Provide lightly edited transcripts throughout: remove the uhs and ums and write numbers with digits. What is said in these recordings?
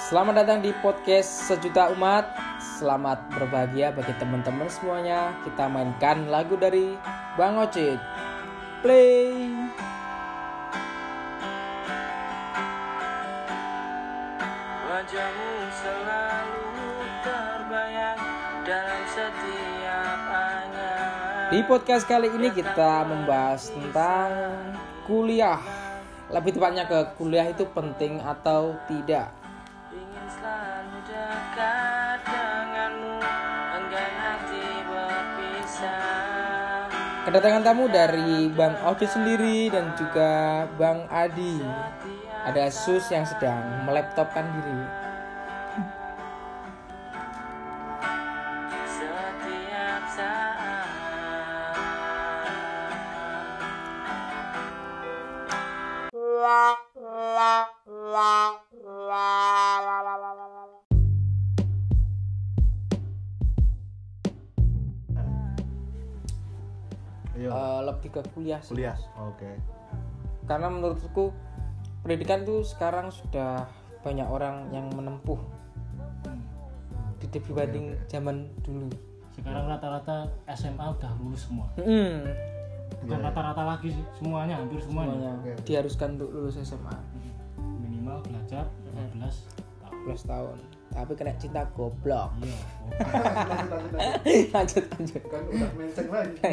Selamat datang di podcast Sejuta Umat. Selamat berbahagia bagi teman-teman semuanya. Kita mainkan lagu dari Bang Ocit. Play. Wajahmu selalu terbayang dalam setiap angan. Di podcast kali ini kita membahas tentang kuliah. Lebih tepatnya ke kuliah itu penting atau tidak. Ingin selalu dekat denganmu, enggan hati berpisah. Kedatangan tamu dari Bang Ocit sendiri dan juga Bang Adi. Ada Sus yang sedang melaptopkan diri. Setiap saat Lebih ke kuliah sih. Kuliah, oke. Karena menurutku pendidikan tuh sekarang sudah banyak orang yang menempuh dibanding zaman dulu. Sekarang rata-rata SMA udah lulus semua. Bukan Ya. rata-rata lagi sih, semuanya, hampir semuanya. Semuanya Oke. diharuskan untuk lulus SMA Minimal belajar 15 tahun. 12 tahun. Tapi kena cinta goblok. Iya. lanjut. Kan udah menceng lagi.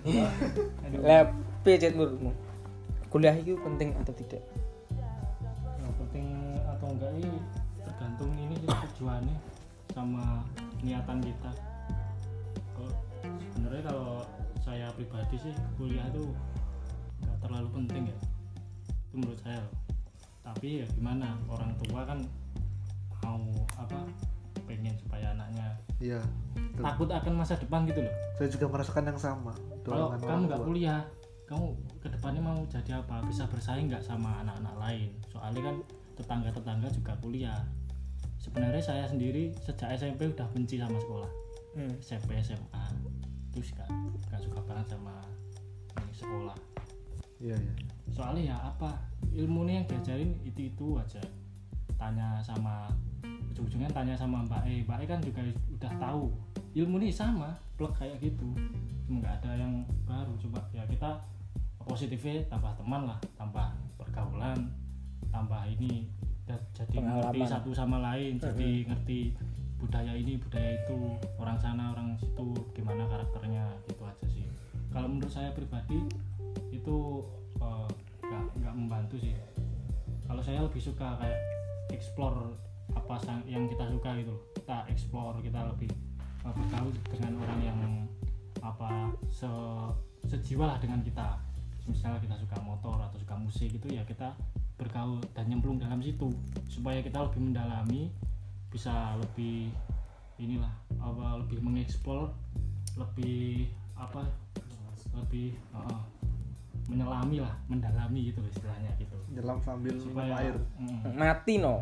Lah, piye menurutmu? Kuliah itu penting atau tidak? Yang penting atau enggak ini tergantung ini sih tujuannya sama niatan kita. Sebenarnya kalau saya pribadi sih kuliah itu nggak terlalu penting ya. Itu menurut saya loh. Tapi ya gimana, orang tua kan mau pengen supaya anaknya Iya. betul. takut akan masa depan gitu loh. Saya juga merasakan yang sama. Kalau Dorongan kamu orang nggak tua. kuliah, kamu kedepannya mau jadi apa? Bisa bersaing nggak sama anak-anak lain? Soalnya kan tetangga-tetangga juga kuliah. Sebenarnya saya sendiri sejak SMP udah benci sama sekolah. SMP SMA terus nggak suka banget sama ini sekolah. Iya. Soalnya ya ilmunya yang diajarin itu aja. Tanya sama ujung-ujungnya tanya sama Mbak E kan juga udah tahu ilmunya sama plek kayak gitu, cuma nggak ada yang baru. Coba ya kita positifnya tambah teman lah, tambah pergaulan, tambah ini jadi ngerti Pengalaman. satu sama lain, jadi ngerti budaya ini budaya itu, orang sana orang situ gimana karakternya, gitu aja sih. Kalau menurut saya pribadi itu nggak membantu sih. Kalau saya lebih suka kayak explore apa yang kita suka gitu loh. Kita explore, kita lebih bergaul dengan orang yang sejiwa lah dengan kita. Misalnya kita suka motor atau suka musik gitu ya, kita bergaul dan nyemplung dalam situ supaya kita lebih mendalami, bisa lebih lebih mengeksplor, lebih menyelami lah, mendalami gitu istilahnya gitu. Nyelam sambil minum Supaya air. Mati no.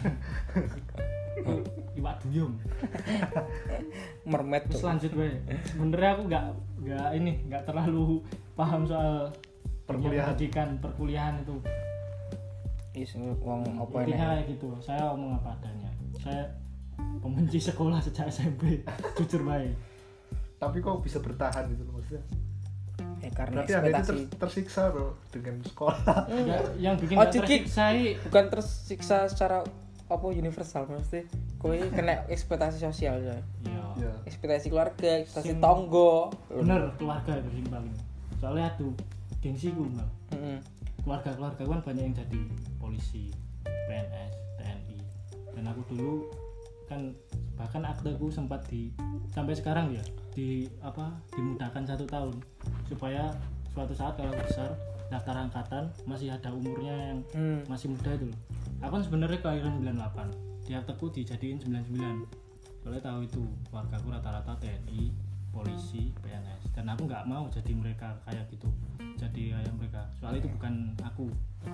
Iwak duyung. Mermaid Terus tuh. lanjut gue. Sebenarnya aku nggak terlalu paham soal perkuliahan itu. Wong apa ini? Intinya kayak gitu. Saya omong apa adanya. Saya pembenci sekolah sejak SMP. Jujur baik. Tapi kok bisa bertahan gitu loh maksudnya? Karena Berarti Anda itu ekspektasi tersiksa loh dengan sekolah. Ya, yang bikin Oh, nggak Ciki. tersiksa bukan tersiksa secara universal, mesti kowe kena ekspektasi sosial ya. ya. Ya. Ekspektasi keluarga, ekspektasi tonggo. Bener, keluarga itu yang paling. Soalnya aduh, gengsiku Mbak. Keluarga kan banyak yang jadi polisi, PNS, TNI. Dan aku dulu kan bahkan akteku sempat sampai sekarang ya dimudahkan 1 tahun supaya suatu saat kalau besar daftar angkatan masih ada umurnya yang masih muda itu loh. Aku kan sebenarnya kelahiran 98, di akteku dijadiin 99. Soalnya tahu itu keluargaku rata-rata TNI, polisi, PNS, dan aku nggak mau jadi mereka kayak gitu, jadi kayak mereka. Soalnya itu bukan aku.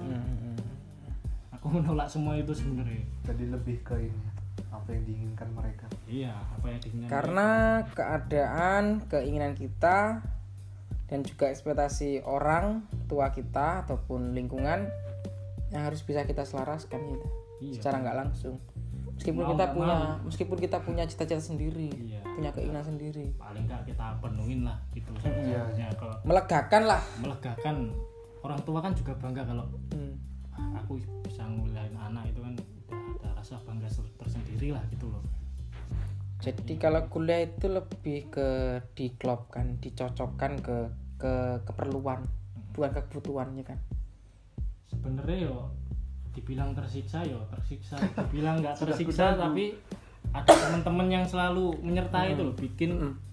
Aku menolak semua itu sebenarnya. Jadi lebih ke ini apa yang diinginkan mereka. Iya, apa yang diinginkan Karena keadaan, keinginan kita dan juga ekspektasi orang tua kita ataupun lingkungan yang harus bisa kita selaraskan gitu. Iya. Secara nggak langsung. meskipun kita punya cita-cita sendiri, Iya. punya keinginan sendiri, paling nggak kita penuhin lah gitu Iya. sebenarnya. Kalau melegakan lah. melegakan, orang tua kan juga bangga kalau aku bisa nguliahin anak itu kan udah ada rasa bangga tersendiri lah gitu loh. Jadi kalau kuliah itu lebih ke diklopkan, dicocokkan ke keperluan, bukan kebutuhannya kan. Sebenarnya yo dibilang tersiksa, dibilang nggak tersiksa, tapi ada teman-teman yang selalu menyertai itu loh, bikin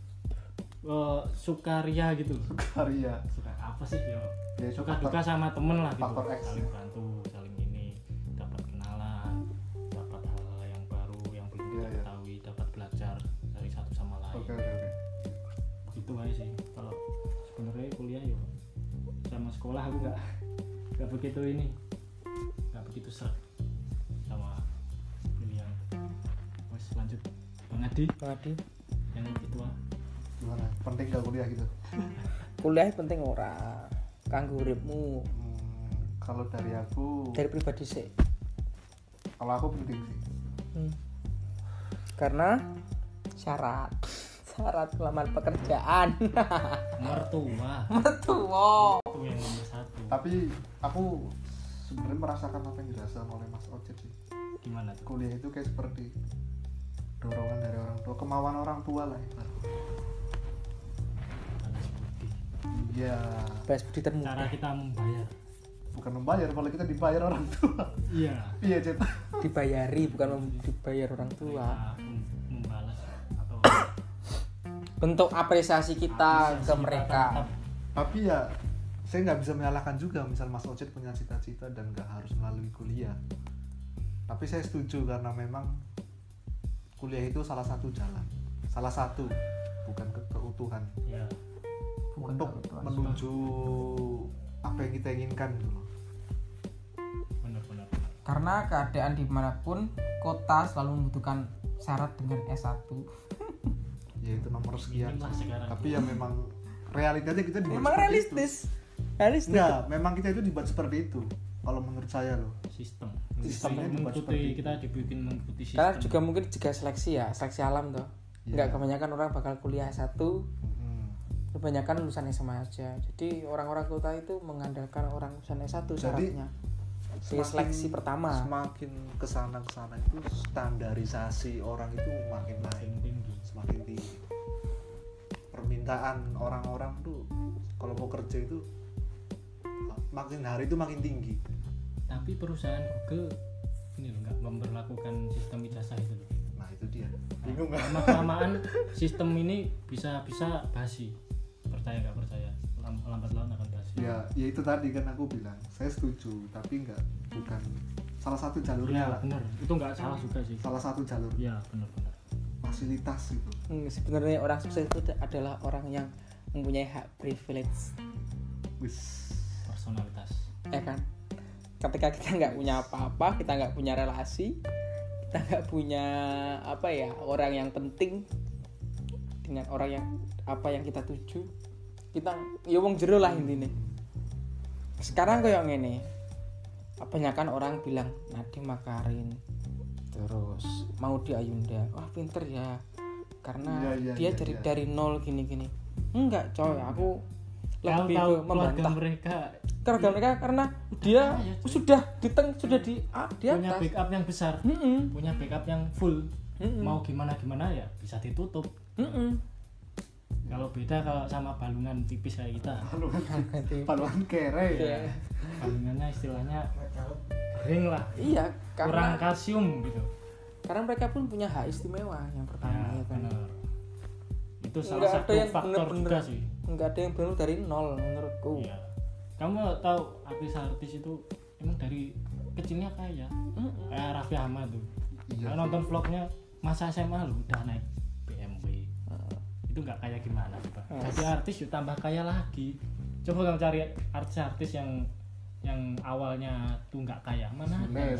sukaria gitu loh. Sukaria. Suka apa sih yo? Ya, itu Suka duka sama temen lah gitu. faktor X, Saling ya. bantu, saling ini, dapat kenalan, dapat hal yang baru yang belum kita Iya, iya. ketahui, dapat belajar dari satu sama lain. Oke. Itu aja sih. Kalau sebenarnya kuliah yo sama sekolah aku nggak begitu ini, nggak begitu seret sama pilihan. Wes lanjut Bang Adi yang itu Gimana? Penting gak kuliah gitu? Kuliah penting ora kanggo uripmu Kalau dari aku, dari pribadi sih. kalau aku penting sih. Karena syarat melamar pekerjaan. mertua Mertua. itu yang nomor satu. Tapi aku sebenarnya merasakan apa yang dirasakan oleh Mas Ocet sih. Gimana tuh? Kuliah itu kayak seperti dorongan dari orang tua, kemauan orang tua lah. Balas budi. Iya. Balas budi termuda. Cara kita membayar. Bukan membayar, kalau kita dibayar orang tua. Iya. Iya, Cet. Dibayari bukan dibayar orang tua. Kita membalas atau Bentuk apresiasi kita ke mereka. Tapi ya saya nggak bisa menyalahkan juga, misal Mas Ocet punya cita-cita dan nggak harus melalui kuliah. Tapi saya setuju karena memang kuliah itu salah satu jalan, salah satu, bukan keutuhan ya untuk menuju apa yang kita inginkan gitu loh. benar-benar. Karena keadaan dimanapun kota selalu membutuhkan syarat dengan S1. Yaitu nomor sekian. Inilah sekarang. Tapi ya memang realitanya kita dibuat Memang seperti realistis. itu. Realistis. Enggak, memang kita itu dibuat seperti itu. Kalau menurut saya loh. Sistemnya dibuat seperti mengikuti, itu. kita dibikin mengikuti sistem. Karena juga mungkin juga seleksi ya, seleksi alam tuh. Iya. Enggak kebanyakan orang bakal kuliah S1, Mm-mm. kebanyakan lulusan SMA aja. Jadi orang-orang kota itu mengandalkan orang lulusan S1 syaratnya. Di seleksi pertama. Semakin kesana itu standarisasi orang itu makin naik, tinggi. semakin tinggi. Permintaan orang-orang tuh kalau mau kerja itu makin hari itu makin tinggi. Tapi perusahaan Google ini loh nggak memperlakukan sistem ijazah itu loh. Nah itu dia. Bingung nggak? Lama-kelamaan sistem ini bisa basi. Percaya nggak percaya? Lambat laun akan basi. Ya itu tadi kan aku bilang saya setuju, tapi bukan salah satu jalurnya Ya lah. benar. Itu nggak salah juga sih. Salah satu jalur Ya benar-benar. fasilitas itu. Sebenarnya orang sukses itu adalah orang yang mempunyai hak privilege, Wis. Personalitas. ya kan? Ketika kita nggak punya apa-apa, kita nggak punya relasi, kita nggak punya apa ya, orang yang penting dengan orang yang apa yang kita tuju, kita ya wong jero lah intinya. Sekarang kayak ngene, kebanyakan orang bilang Nadiem Makarin, terus Maudy Ayunda, wah pinter ya, karena dia dari nol gini. Enggak coy, aku lebih Tahu membantah keluarga mereka karena dia ya, coy. sudah di punya atas. backup yang besar, punya backup yang full. Mau gimana ya bisa ditutup. Kalau beda kalau sama balungan tipis kayak kita, Paluan kere ya. balungannya istilahnya kering lah, Iya, kurang karena kalsium gitu. mereka pun punya hak istimewa yang pertama ya kan. benar. Itu salah Nggak satu ada yang faktor bener-bener juga sih. Enggak ada yang benar dari nol menurutku. Iya. Kamu tahu artis-artis itu emang dari kecilnya kaya, kayak Raffi Ahmad tuh. Iya. Kalau nonton vlognya masa SMA lu udah naik BMW. Itu nggak kaya gimana coba? Jadi artis yuk tambah kaya lagi. Coba kamu cari artis-artis yang awalnya tuh nggak kaya, mana ada?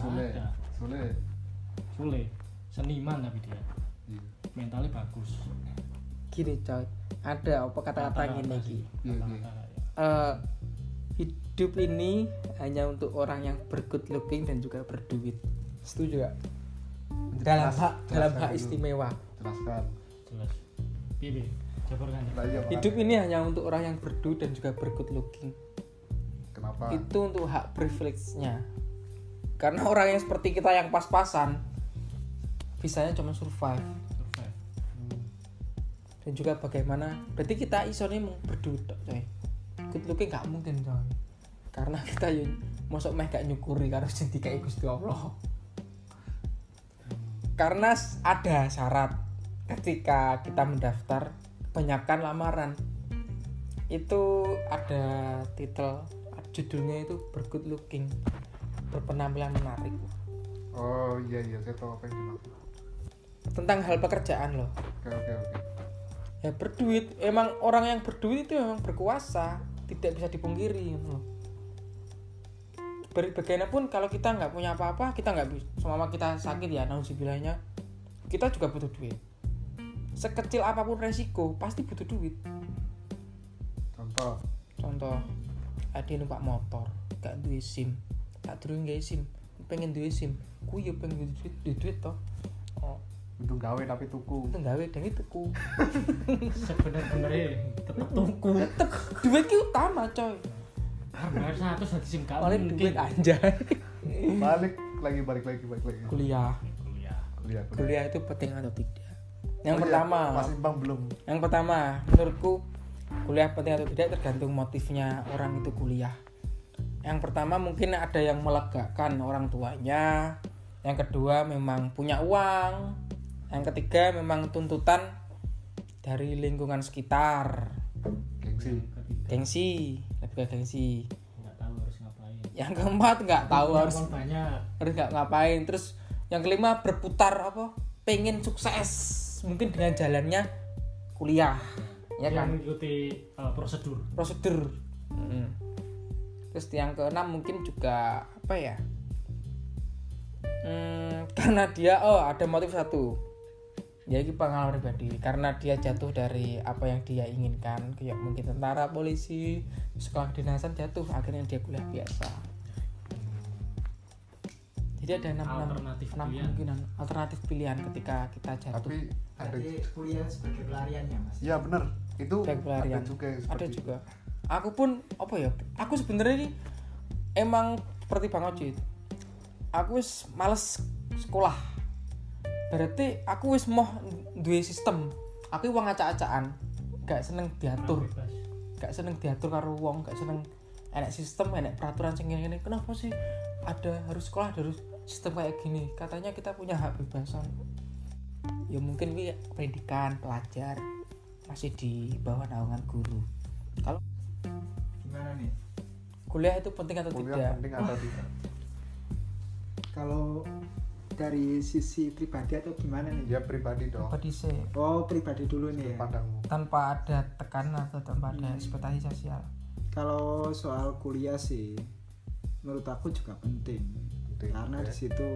Sule, seniman tapi dia Iya. mentalnya bagus. Gini coy, ada apa kata-kata Rata-rata gini sih, iki. rata-rata ya. Hidup ini hanya untuk orang yang bergood looking dan juga berduit. Setuju gak? dalam Jelas- hak jelaskan dulu. istimewa. Jelaskan. jelas piye jabarkan Lah iya, Hidup makanya. ini hanya untuk orang yang berduit dan juga bergood looking. Kenapa? Itu untuk hak privilege-nya. Karena orang yang seperti kita yang pas-pasan bisanya cuma survive. survive Hmm. Dan juga bagaimana berarti kita isone mung berduit tok, coy. Good looking gak mungkin, coy. Karena kita yo mosok meh gak nyukuri karo sing dikai Gusti Allah. Karena ada syarat ketika kita mendaftar kebanyakan lamaran itu ada titel judulnya itu bergood looking, berpenampilan menarik, Oh iya saya tahu apa yang dimaksud. tentang hal pekerjaan loh. Oke. Ya berduit, emang orang yang berduit itu memang berkuasa, tidak bisa dipungkiri gitu loh. Bagaimanapun kalau kita nggak punya apa-apa, kita nggak bisa, selama kita sakit ya, nauzubilahnya, kita juga butuh duit. Sekecil apapun resiko, pasti butuh duit. Contoh, ada numpak motor, gak duwe SIM, gak durung gawe SIM, pengen duwe SIM, ku ya pengen duit toh. Oh, Itu gawe tapi tuku. itu gawe dan itu ku. sebenarnya tetep tuku Tetep duit ki utama, coy. bayar 100 nanti SIM gak Paling mungkin duit anjay. balik lagi. Kuliah kuliah itu penting atau tidak? Yang Oh iya, pertama, Mas Impang belum. yang pertama menurutku kuliah penting atau tidak tergantung motifnya orang itu kuliah. Yang pertama mungkin ada yang melegakan orang tuanya, yang kedua memang punya uang, yang ketiga memang tuntutan dari lingkungan sekitar, gengsi, lebih ke gengsi. nggak tahu harus ngapain Yang keempat nggak tahu Punya harus uang banyak nggak ngapain. Terus yang kelima berputar apa, pengen sukses mungkin dengan jalannya kuliah, ya yang kan, mengikuti prosedur prosedur. Terus yang keenam mungkin juga apa ya, karena dia ada motif satu, ya ini pengalaman pribadi, karena dia jatuh dari apa yang dia inginkan, kayak mungkin tentara, polisi, sekolah kedinasan, jatuh akhirnya dia kuliah biasa. Jadi ada enam Alternatif pilihan. kemungkinan alternatif pilihan ketika kita jatuh. Tapi ada. Berarti kuliah sebagai pelariannya mas. Iya benar. Itu Baik pelarian. ada juga yang Ada seperti juga. Aku pun apa ya? Aku sebenarnya ini emang seperti Bang Ojit. Aku wis males sekolah. Berarti aku wis mau duwe sistem. Aku wong acak-acakan, gak seneng diatur. bebas Gak seneng diatur karo wong, gak seneng enek sistem, enek peraturan sing ngene. Kenapa sih ada harus sekolah, harus sistem kayak gini? Katanya kita punya hak bebasan. Ya mungkin pendidikan pelajar masih di bawah naungan guru. Kalau Gimana nih? kuliah itu penting atau kuliah tidak? penting atau tidak. Kalau dari sisi pribadi atau gimana nih? Ya pribadi dong. Apa dise Oh pribadi dulu nih ya. Pandangmu. tanpa ada tekanan atau tanpa ada ekspektasi sosial. Kalau soal kuliah sih, menurut aku juga penting. Penting, Karena ya. di situ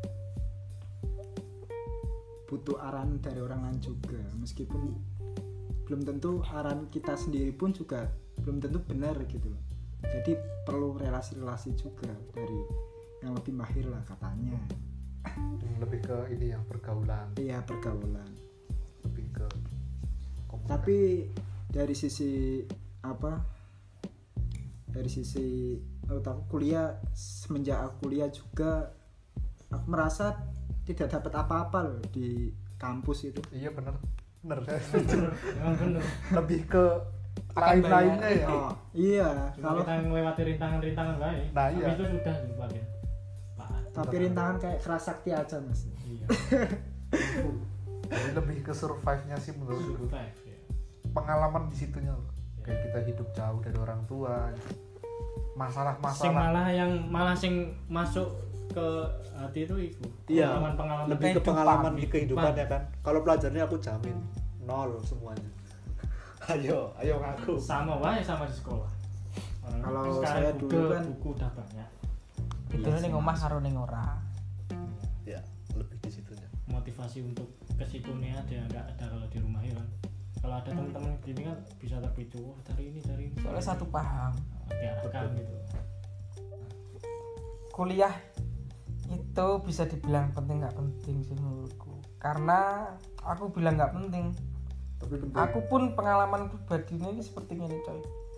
butuh arahan dari orang lain juga, meskipun belum tentu arahan kita sendiri pun juga belum tentu benar gitu loh. Jadi perlu relasi-relasi juga dari yang lebih mahir lah katanya. Lebih ke ini yang pergaulan, Iya pergaulan. lebih ke komunikasi. Tapi dari sisi apa? Dari sisi menurut aku kuliah, semenjak aku kuliah juga aku merasa tidak dapat apa-apa loh di kampus itu. Iya benar saya setuju. memang bener Lebih ke Akan lain-lainnya ya. Oh iya, cuma kalau kita melewati rintangan-rintangan baik Nah, iya. itu sudah dipakai Pak. tapi rintangan kayak kerasakti aja mas. Iya Jadi lebih ke survive-nya sih menurutku. survive ya. Pengalaman di situnya loh. Kayak kita hidup jauh dari orang tua. Sing Masalah-masalah malah sing masuk ke hati itu Iya. pengalaman lebih ke kehidupan. pengalaman di kehidupan ya kan. Kalau pelajarnya aku jamin nol semuanya. ayo ngaku. sama wae sama di sekolah. Kalau Sekarang saya dulu kan- buku udah banyak. Itu ning omah karo ning ora. Ya, lebih di situnya. Motivasi untuk ke situ nih ada nggak ada kalau di rumah ya kan. Kalau ada teman-teman gini kan bisa terpicu, oh, cari ini. Soalnya satu paham. Diarahkan Betul. gitu. Kuliah itu bisa dibilang penting nggak penting sih menurutku, karena aku bilang nggak penting, Tapi penting. aku pun pengalaman pribadinya ini seperti ini coy.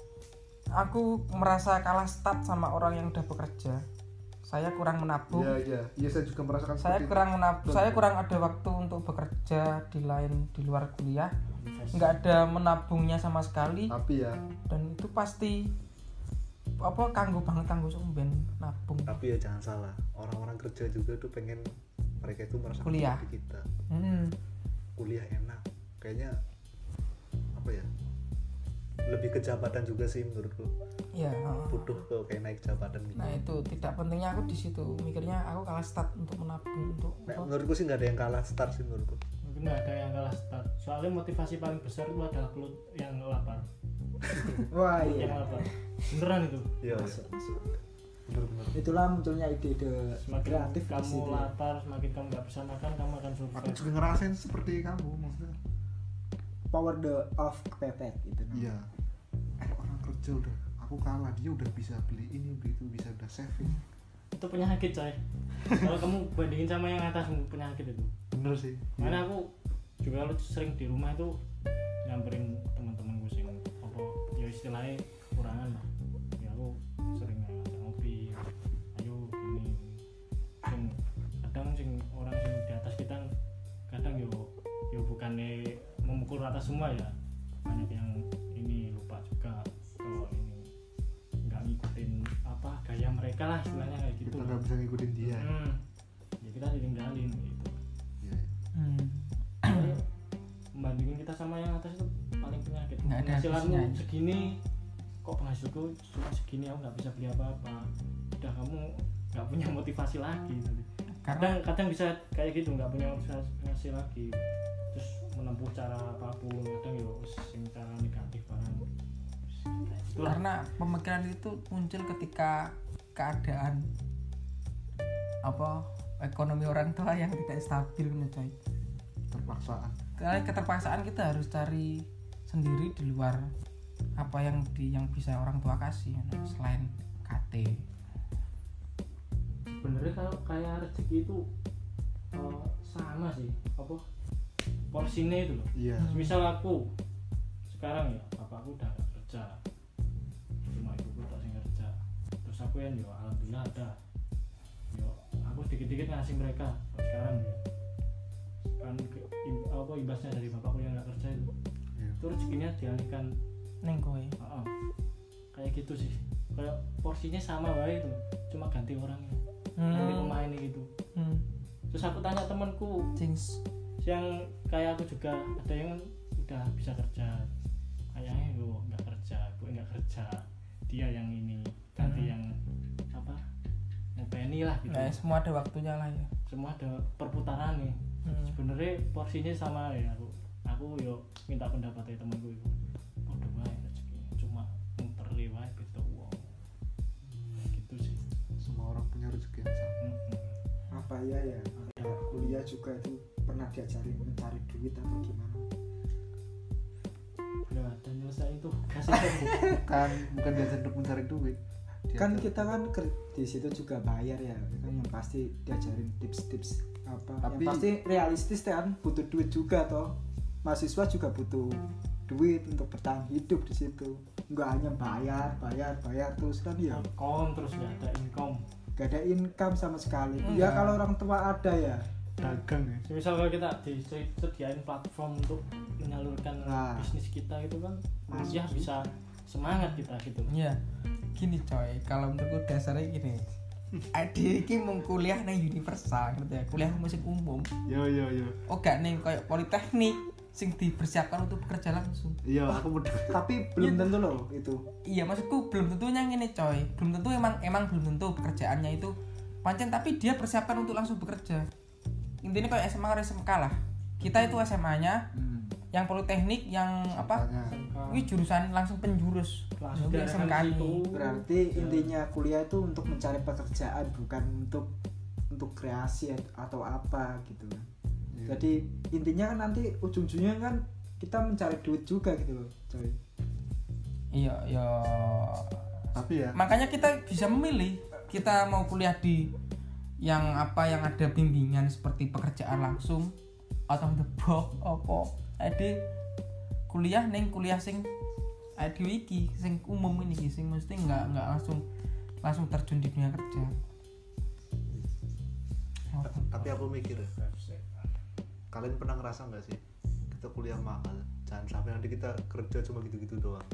Aku merasa kalah start sama orang yang udah bekerja. Saya kurang menabung. Iya, saya juga merasakan Saya seperti kurang itu. menabung. Saya kurang ada waktu untuk bekerja di luar kuliah. Nggak ada menabungnya sama sekali. Tapi ya, Dan itu pasti kanggo banget kanggo sumben nabung. tapi ya jangan salah, orang-orang kerja juga tuh pengen mereka itu merasakan Kuliah. seperti kita. Kuliah enak, kayaknya apa ya? Lebih ke jabatan juga sih menurutku. Iya. Butuh ke kayak naik jabatan gitu. Nah itu tidak pentingnya aku di situ. Mikirnya aku kalah start untuk menabung untuk Nah, menurutku sih nggak ada yang kalah start sih menurutku. Mungkin nggak ada yang kalah start, soalnya motivasi paling besar itu adalah perut yang lapar. Wah Perut iya. yang lapar beneran itu. Iya. Masuk. Bener-bener. Itulah munculnya ide-ide Semakin kreatif di kamu situ. lapar, semakin kamu nggak bisa makan, kamu akan Aku survive. juga ngerasain seperti kamu maksudnya. Power of kepepet itu. Iya. Orang kerja udah, aku kalah, dia udah bisa beli ini, beli itu, bisa udah saving. Itu penyakit coy. Kalau kamu bandingin sama yang atasmu, penyakit itu. Bener sih. Mana aku juga kalau sering di rumah itu nyamperin teman-temanku sing apa ya istilahnya kekurangan lah. Ya aku sering ngajak ngopi. Ayo gini. Sing kadang sing orang sing di atas kita kadang yo bukannya memukul rata semua ya. Banyak yang ini lupa juga kalau ini nggak ngikutin apa gaya mereka lah istilahnya kayak gitu. Kita nggak bisa ngikutin dia. Ya kita ditinggalin gitu. Iya. Soalnya membandingin kita sama yang atas itu paling penyakit. Nggak ada Penghasilanmu habisnya. segini, kok penghasilanku cuma segini, aku nggak bisa beli apa-apa. Udah kamu nggak punya motivasi lagi nanti. Karena Kadang bisa kayak gitu, nggak punya motivasi lagi. Terus menempuh cara apapun, kadang ya sing cara negatif banget. Itulah. karena pemikiran itu muncul ketika keadaan ekonomi orang tua yang tidak stabil nih coy. Terpaksaan. Karena keterpaksaan kita harus cari sendiri di luar apa yang bisa orang tua kasih selain KT. Sebenarnya kalau kayak rezeki itu sama sih, apa porsinya itu loh. Iya. Misal aku sekarang ya bapakku udah gak kerja, cuma ibuku tak sing kerja, terus aku yang yo alhamdulillah ada, yo aku dikit-dikit ngasih mereka. Kalau sekarang ya kan imbasnya dari bapakku yang gak kerja itu, Iya. itu rezekinya dialihkan. Neng kowe. Kayak gitu sih, kayak porsinya sama wae itu, cuma ganti orangnya, ganti pemainnya gitu. Terus aku tanya temanku Jinx. yang kayak aku juga, ada yang udah bisa kerja, kayaknya lo nggak kerja, gue nggak kerja, dia yang ini ganti yang apa, yang PNI lah gitu. Nah, semua ada waktunya lah ya. Semua ada perputaran nih. Sebenarnya porsinya sama ya. Aku yo minta pendapat dari temanku itu, udah baik rezeki, cuma muter lewat beda uang. Gitu sih. Semua orang punya rezeki yang sama. Apa ya kuliah juga itu pernah diajarin mencari duit atau gimana? Nggak ada nyelesain tuh kasih Bukan diajar untuk mencari duit. Kan Diajar- kita kan di situ juga bayar ya, kan yang pasti diajarin tips-tips apa. Tapi- yang pasti realistis kan, butuh duit juga toh. Mahasiswa juga butuh duit untuk bertahan hidup di situ. Nggak hanya bayar terus kan ya. income, terus nggak ada income. Gak ada income sama sekali. Ya kalau orang tua ada ya. dagang ya. Misal kalau kita disediain platform untuk menyalurkan Nah. bisnis kita itu kan ya bisa semangat kita gitu. Iya. Gini coy, kalau menurutku dasarnya gini. Adik iki mau kuliah nang universal gitu ya, kuliah musik umum. Yo. Oh gak ning koyo politeknik sing dipersiapkan untuk bekerja langsung. Iya, aku bener. Tapi belum tentu loh itu. Iya, maksudku belum tentunya ngene coy. Belum tentu emang belum tentu pekerjaannya itu pancen, tapi dia persiapkan untuk langsung bekerja. Intinya kayak SMA atau SMK lah. Kita itu SMA-nya, yang politeknik, yang apa? Ini jurusan langsung penjurus. Langsung Ini diarahkan SMK ke situ. nih. Berarti intinya kuliah itu untuk mencari pekerjaan, bukan untuk kreasi atau apa gitu kan. Iya. Jadi intinya kan nanti ujung-ujungnya kan kita mencari duit juga gitu loh coy. Iya, Tapi ya, makanya kita bisa memilih kita mau kuliah di yang ada bimbingan seperti pekerjaan langsung out of the box apa ade kuliah sing ade iki sing umum ini sing mesti nggak langsung terjun di dunia kerja. Tapi aku mikir, kalian pernah ngerasa nggak sih kita kuliah mahal, jangan sampai nanti kita kerja cuma gitu-gitu doang.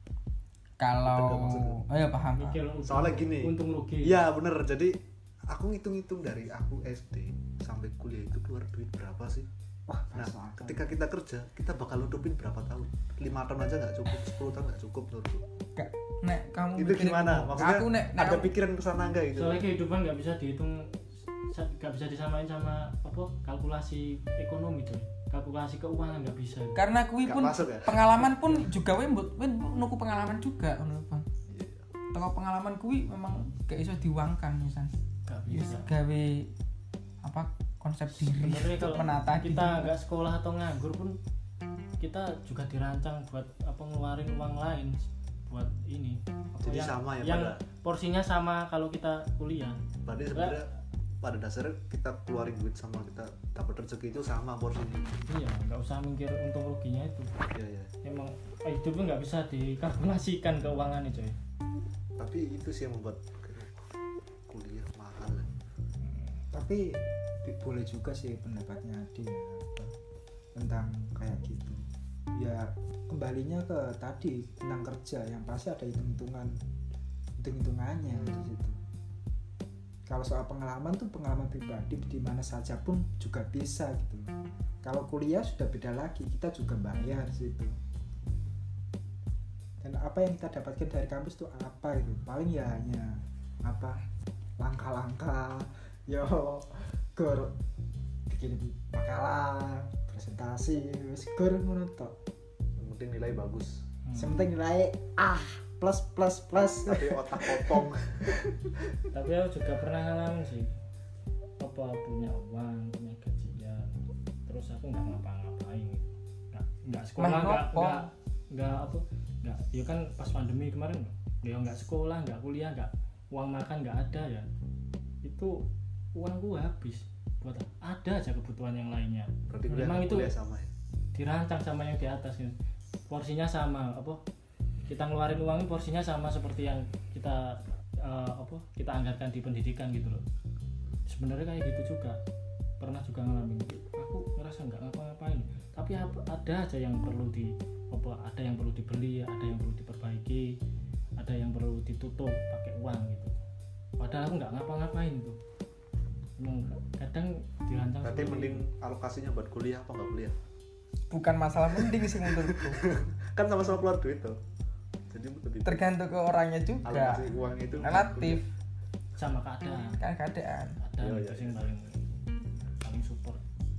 Kalau ya paham. Soalnya gini, untung rugi. Iya bener, jadi aku ngitung-ngitung dari aku SD sampai kuliah itu keluar duit berapa sih. Nah ketika kita kerja kita bakal nutupin berapa tahun, 5 tahun aja nggak cukup, 10 tahun nggak cukup menurutku. Nek kamu Itu gimana? Maksudnya aku nek ada pikiran kesana nggak gitu? Soalnya kehidupan nggak bisa dihitung, nggak bisa disamain sama apa kalkulasi ekonomi tuh, kalkulasi keuangan nggak bisa. karena kui Nggak pun masuk ya? pengalaman pun juga we nuku pengalaman juga ngono Bang. Teko pengalaman kui memang gak iso diuangkan misal. Nggak Wis bisa. gawe apa konsep diri Sebenarnya untuk kalau menata kita diri. nggak sekolah atau nganggur pun kita juga dirancang buat apa ngeluarin uang lain buat ini. Apa Jadi sama ya yang pada- porsinya sama kalau kita kuliah. Berarti sebenarnya pada dasarnya kita keluarin duit sama kita dapat rezeki itu sama porsinya. Iya, nggak usah mikir untung ruginya itu. Iya. Emang hidupnya nggak bisa dikalkulasikan keuangannya coy. Tapi itu sih yang membuat kuliah mahal. Tapi boleh juga sih pendapatnya Adi ya, apa, tentang kayak gitu ya, kembalinya ke tadi tentang kerja yang pasti ada hitung-hitungannya di situ. Kalau soal pengalaman tuh pengalaman pribadi di mana saja pun juga bisa gitu. Kalau kuliah sudah beda lagi, kita juga bayar situ. Dan apa yang kita dapatkan dari kampus tuh apa gitu? Paling ya hanya apa langkah-langkah, yo gur bikin makalah, presentasi, wis gur ngono tok. Yang penting nilai bagus. Sementing nilai plus. Tapi otak potong. Tapi aku juga pernah ngalamin sih, apa punya uang, punya gajian, terus aku nggak ngapa-ngapain, nggak sekolah, nggak ya kan pas pandemi kemarin ya nggak sekolah, nggak kuliah, nggak uang makan nggak ada ya, itu uangku habis buat ada aja kebutuhan yang lainnya. Berarti Memang itu kuliah sama ya. dirancang sama yang di atas gitu. Porsinya sama, apa kita ngeluarin uangnya porsinya sama seperti yang kita kita anggarkan di pendidikan gitu loh. Sebenarnya kayak gitu juga, pernah juga ngalamin. Aku ngerasa nggak ngapa-ngapain, tapi ada aja yang perlu ada yang perlu dibeli, ada yang perlu diperbaiki, ada yang perlu ditutup pakai uang gitu. Padahal aku nggak ngapa-ngapain tuh. Emang kadang dirancang. Berarti mending alokasinya buat kuliah apa nggak kuliah? Bukan masalah mending sih menurutku. Kan sama-sama keluar duit tuh. Jadi lebih Tergantung ke orangnya juga. alokasi uang itu Relatif sama keadaan. kan keadaan. Kadang Iya, itu iya. sing paling support.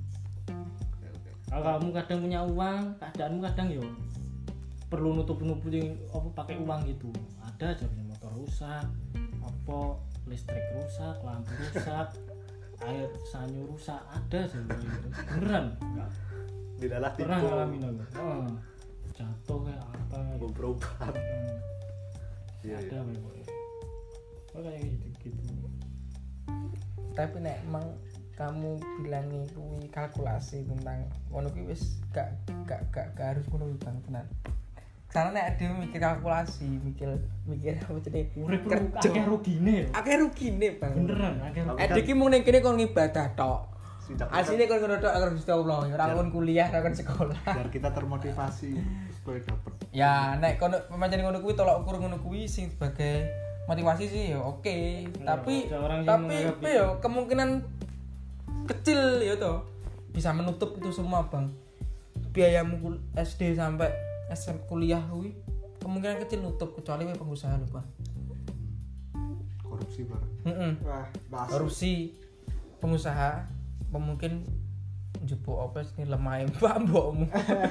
Oke. Kalau kamu kadang punya uang, keadaanmu kadang yo perlu nutup-nutupin apa pakai uang gitu. Ada aja punya motor rusak, apa listrik rusak, lampu rusak, air sanyo rusak, ada aja gitu. Beneran enggak Dilalah pernah tipu. ngalamin aku. Jatuh kayak apa gitu. Berobat. Iya, Ada iya. kayak gitu. Tapi nek emang kamu bilangi kuwi kalkulasi tentang ngono kuwi wis gak harus ngono Bang benar. Karena nek ade mikir kalkulasi, mikir apa jenenge Urip akeh rugine. akeh rugine Bang. Beneran akeh rugine. Ade ki mung ning kene kon ngibadah tok. Sejak Asline kon ngono tok karo Gusti Allah, ora kon kuliah, ora kon sekolah. biar kita termotivasi supaya dapat. Ya nek kono pemancen ngono kuwi tolak ukur ngono kuwi sing sebagai motivasi sih ya oke. Tapi ada orang yang menganggap tapi ya kemungkinan kecil ya toh bisa menutup itu semua Bang. Biayamu SD sampai SMP kuliah kuwi kemungkinan kecil nutup kecuali we pengusaha lho Bang. Korupsi bareng. Wah, bahas Korupsi pengusaha mungkin njupuk apa sih lemah mbokmu.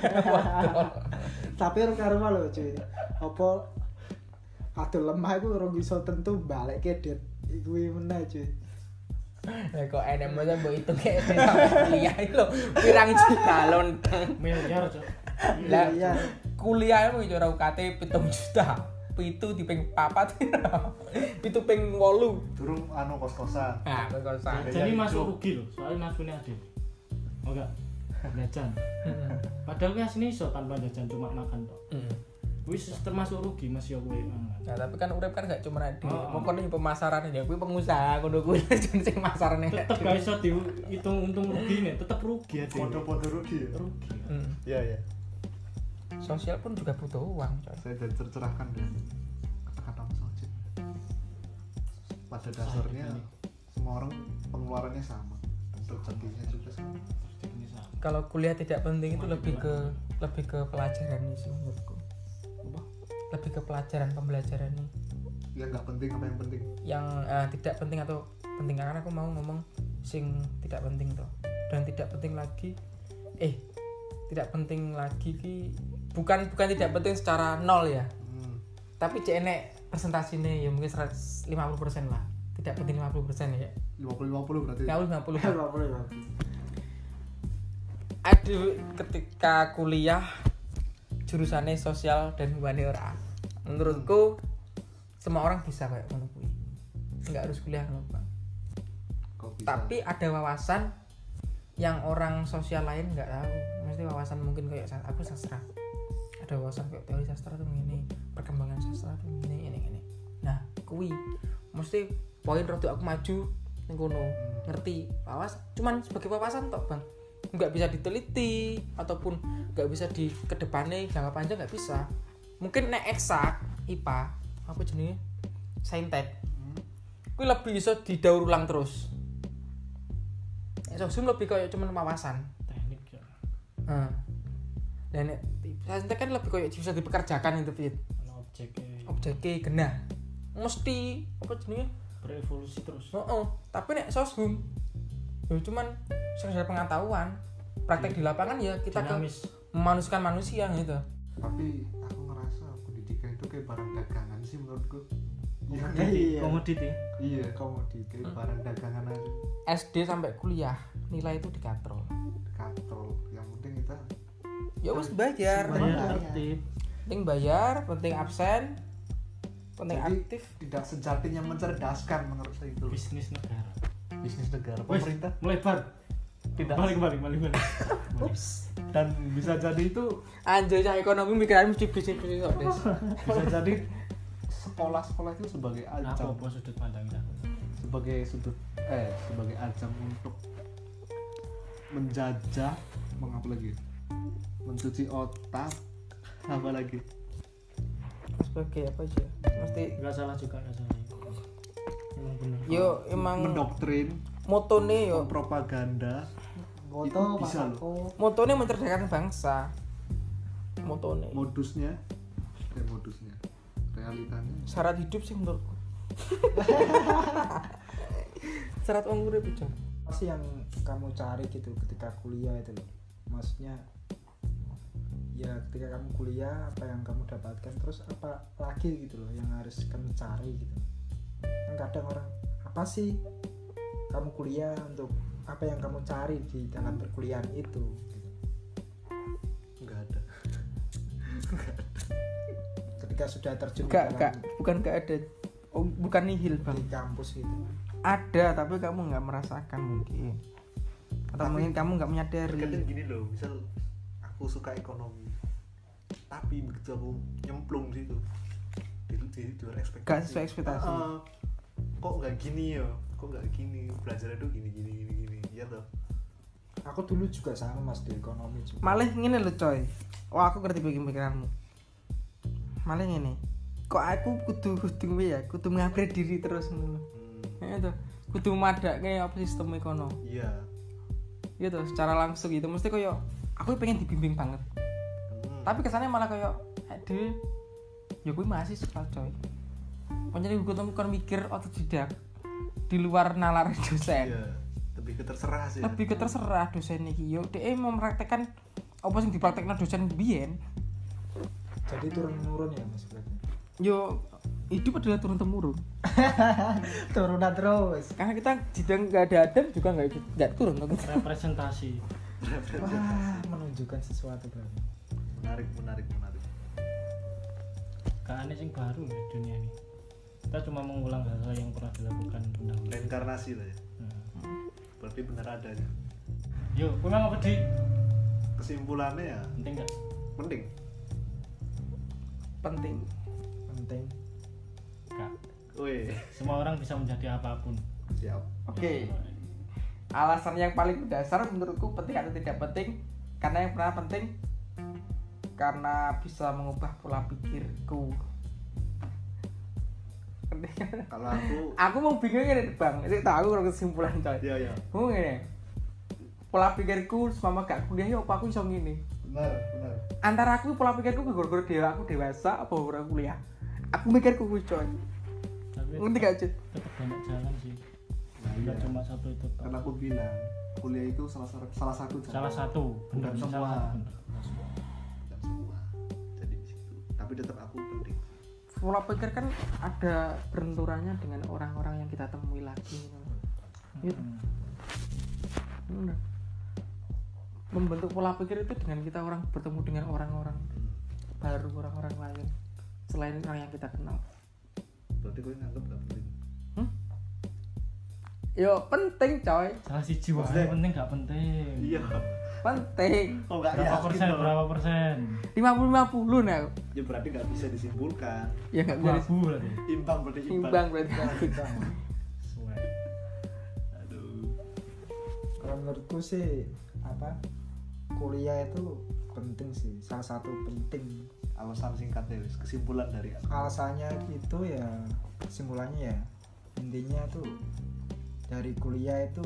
tapi ora karo lho cuy. Apa adol lemah iku ora iso tentu balekke det kuwi meneh cuy. Lah kok enek masa mbok hitung ke SD sampai kuliah iki lho pirang juta lontang. Miliar, Cok. Lah Iya. kuliah mu ora UKT 7 juta. pitu diping 4 pitu ping 8 durung anu kos-kosan. nah kos-kosan Iya, Jadi iya, masuk Cuk. rugi loh, soalnya nafsunya adil. Oh enggak, jajan. Padahal kan sini iso tanpa jajan cuma makan tok. Wis termasuk rugi Mas yo kowe. nah tapi kan urip kan gak cuma ada Oh. mau kono pemasaran ya kuwi pengusaha ngono kuwi jen sing masarane Tetep gak iso dihitung untung rugine, tetep rugi ya. Foto-foto rugi ya. Rugi. Iya ya. sosial pun juga butuh uang coy. Saya jadi tercerahkan dengan kata-kata Mas Ocit. Pada dasarnya semua orang pengeluarannya sama dan rezekinya juga sama. Ini sama. Kalau kuliah tidak penting itu lebih ke pelajaran sih menurutku. Apa? Lebih ke pelajaran pembelajaran nih. Ya nggak penting apa yang penting. Yang tidak penting atau penting karena aku mau ngomong sing tidak penting toh. Dan tidak penting lagi tidak penting lagi ki bukan tidak penting secara nol ya. Tapi cek enek persentasine ya mungkin 50% lah. Tidak penting 50% ya. 50-50 berarti. 50. Aduh, ketika kuliah jurusannya sosial dan humaniora. Menurutku semua orang bisa kayak ngono kuwi. Enggak harus kuliah ngono, Bang. Kok bisa? Tapi ada wawasan yang orang sosial lain enggak tahu. Mesti wawasan mungkin kayak aku sastra. Ada wawasan kayak teori sastra tuh begini, perkembangan sastra tuh begini, ini. Nah, kuwi mesti poin rodo aku maju ning kono. Ngerti cuman sebagai wawasan tok, Bang. Nggak bisa diteliti ataupun nggak bisa di kedepannya jangka panjang nggak bisa. Mungkin nek eksak IPA apa jenisnya saintek kuwi lebih iso didaur ulang terus. Sosum lebih kayak cuman wawasan Teknik ya. dan saintek kan lebih kayak bisa dipekerjakan itu Fit. Ana objeknya Objeknya genah mesti apa jenisnya berevolusi terus. tapi nek sosum ya cuman sekedar pengetahuan. Praktek di lapangan ya kita Dinamis. memanusiakan manusia gitu. Tapi aku ngerasa pendidikan itu kayak barang dagangan sih menurutku. Komoditi. Iya, kayak barang dagangan aja. SD sampai kuliah nilai itu dikatrol. Katrol. Yang penting kita Ya wis bayar. Tertib. Penting bayar, penting absen, penting jadi aktif. tidak sejatinya mencerdaskan menurut saya itu. Bisnis negara. Bisnis negara Wes, pemerintah melebar. tidak Balik. Ups. dan bisa jadi itu Anjir cah ekonomi mikiranmu mesti bisnis kok, Des. bisa jadi sekolah-sekolah itu sebagai ajang Apa sudut pandangnya? sebagai ajang untuk menjajah mengapa lagi mencuci otak apa lagi Sebagai apa aja? Mesti Enggak salah juga, enggak salah. Emang bener. yo emang mendoktrin motone yo propaganda Foto itu bisa Mas loh. aku. motone mencerdaskan bangsa. Motone. modusnya realitanya Syarat hidup sih menurutku. Syarat wong urip itu. Apa sih yang kamu cari gitu ketika kuliah itu loh? Maksudnya ya ketika kamu kuliah apa yang kamu dapatkan terus apa lagi gitu loh yang harus kamu cari gitu. Kan kadang orang apa sih kamu kuliah untuk apa yang kamu cari di dalam perkuliahan itu gitu. nggak ada Ketika sudah terjun Bukan gak ada. Oh, bukan nihil, Bang. di kampus gitu. Ada tapi kamu nggak merasakan mungkin. Atau Tapi- mungkin kamu nggak menyadari. kadang gini loh misal aku suka ekonomi tapi begitu aku nyemplung situ di luar ekspektasi Gak sesuai ekspektasi. Kok nggak gini ya kok nggak gini belajar itu gini ya toh Aku dulu juga sama Mas di ekonomi juga. Malah ngene lho coy. Wah aku ngerti pikiranmu. Malah ngene. Kok aku kudu ya, kudu mengupgrade diri terus ngono. Ya itu. Kudu madake apa sistem ekono. iya Gitu secara langsung gitu mesti koyo aku pengen dibimbing banget. Tapi kesannya malah koyo aduh. Ya kuwi mahasiswa coy. Pancen gue kan mikir otodidak di luar nalar dosen. iya lebih ke terserah sih ya. Lebih ke terserah dosen iki yo dhek mempraktekkan apa sing dipraktekno dosen biyen. Jadi turun-menurun ya Mas berarti. Yo hidup adalah turun temurun. Turunan terus. Karena kita jika nggak ada Adam juga nggak turun kan. Representasi. Wah, menunjukkan sesuatu berarti. menarik gak aneh sing baru ya dunia ini. Kita cuma mengulang hal-hal yang pernah dilakukan pendahulu. Reinkarnasi lah ya. Berarti benar adanya. Yo, kowe mau apa di? Kesimpulannya ya Penting gak? penting. Penting. Gak. Wih, Semua orang bisa menjadi apapun. siap. Oke. Alasan yang paling dasar menurutku penting atau tidak penting, karena yang pernah penting karena bisa mengubah pola pikirku. Kalau aku Mau bingung ini bang, itu tahu kalau kesimpulan coy. iya. Mau ngene. Pola pikirku selama gak kuliah ya apa aku iso ngene. Benar. Antara aku pola pikirku gara-gara aku dewasa apa gara kuliah. Aku mikirku kuwi coy. Tapi Ngerti gak Cid? tetap banyak jalan sih. Nah, Tidak iya. cuma satu itu toh. Karena aku bilang kuliah itu salah satu jalan. Salah satu, benar Bukan semua. salah satu, benar. Salah semua. Dan semua. Jadi di situ. Tapi tetap aku penting. Pola pikir kan ada benturannya dengan orang-orang yang kita temui lagi. Gitu. Bener. Membentuk pola pikir itu dengan kita bertemu dengan orang-orang baru, orang-orang lain selain orang yang kita kenal. Berarti gue nganggep gak penting. Yo penting coy, Salah si jiwa Maksudnya- penting gak penting. Iya. penting. Oh enggak Berapa persen? 50-50 nah. Ya berarti nggak bisa disimpulkan. Ya nggak bisa Abu berarti. Imbang berarti imbang berarti. Suwe. Aduh. Kalau menurutku sih kuliah itu penting sih, salah satu penting. Alasan singkatnya wis, kesimpulan dari aku. Alasannya itu ya, kesimpulannya ya intinya tuh dari kuliah itu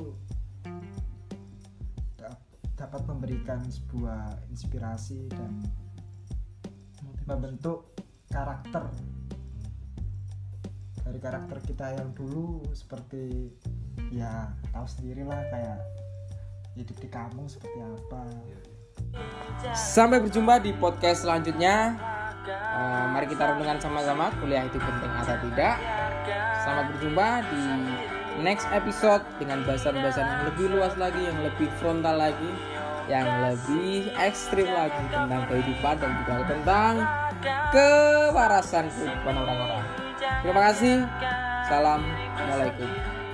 dapat memberikan sebuah inspirasi dan membentuk karakter dari karakter kita yang dulu, seperti ya tahu sendirilah kayak hidup di kampung seperti apa. Sampai berjumpa di podcast selanjutnya. Mari kita renungkan sama-sama kuliah itu penting atau tidak. Selamat berjumpa di next episode dengan bahasan-bahasan yang lebih luas lagi, yang lebih frontal lagi, yang lebih ekstrim lagi tentang kehidupan dan juga tentang kewarasan kehidupan orang-orang. Terima kasih. Assalamualaikum.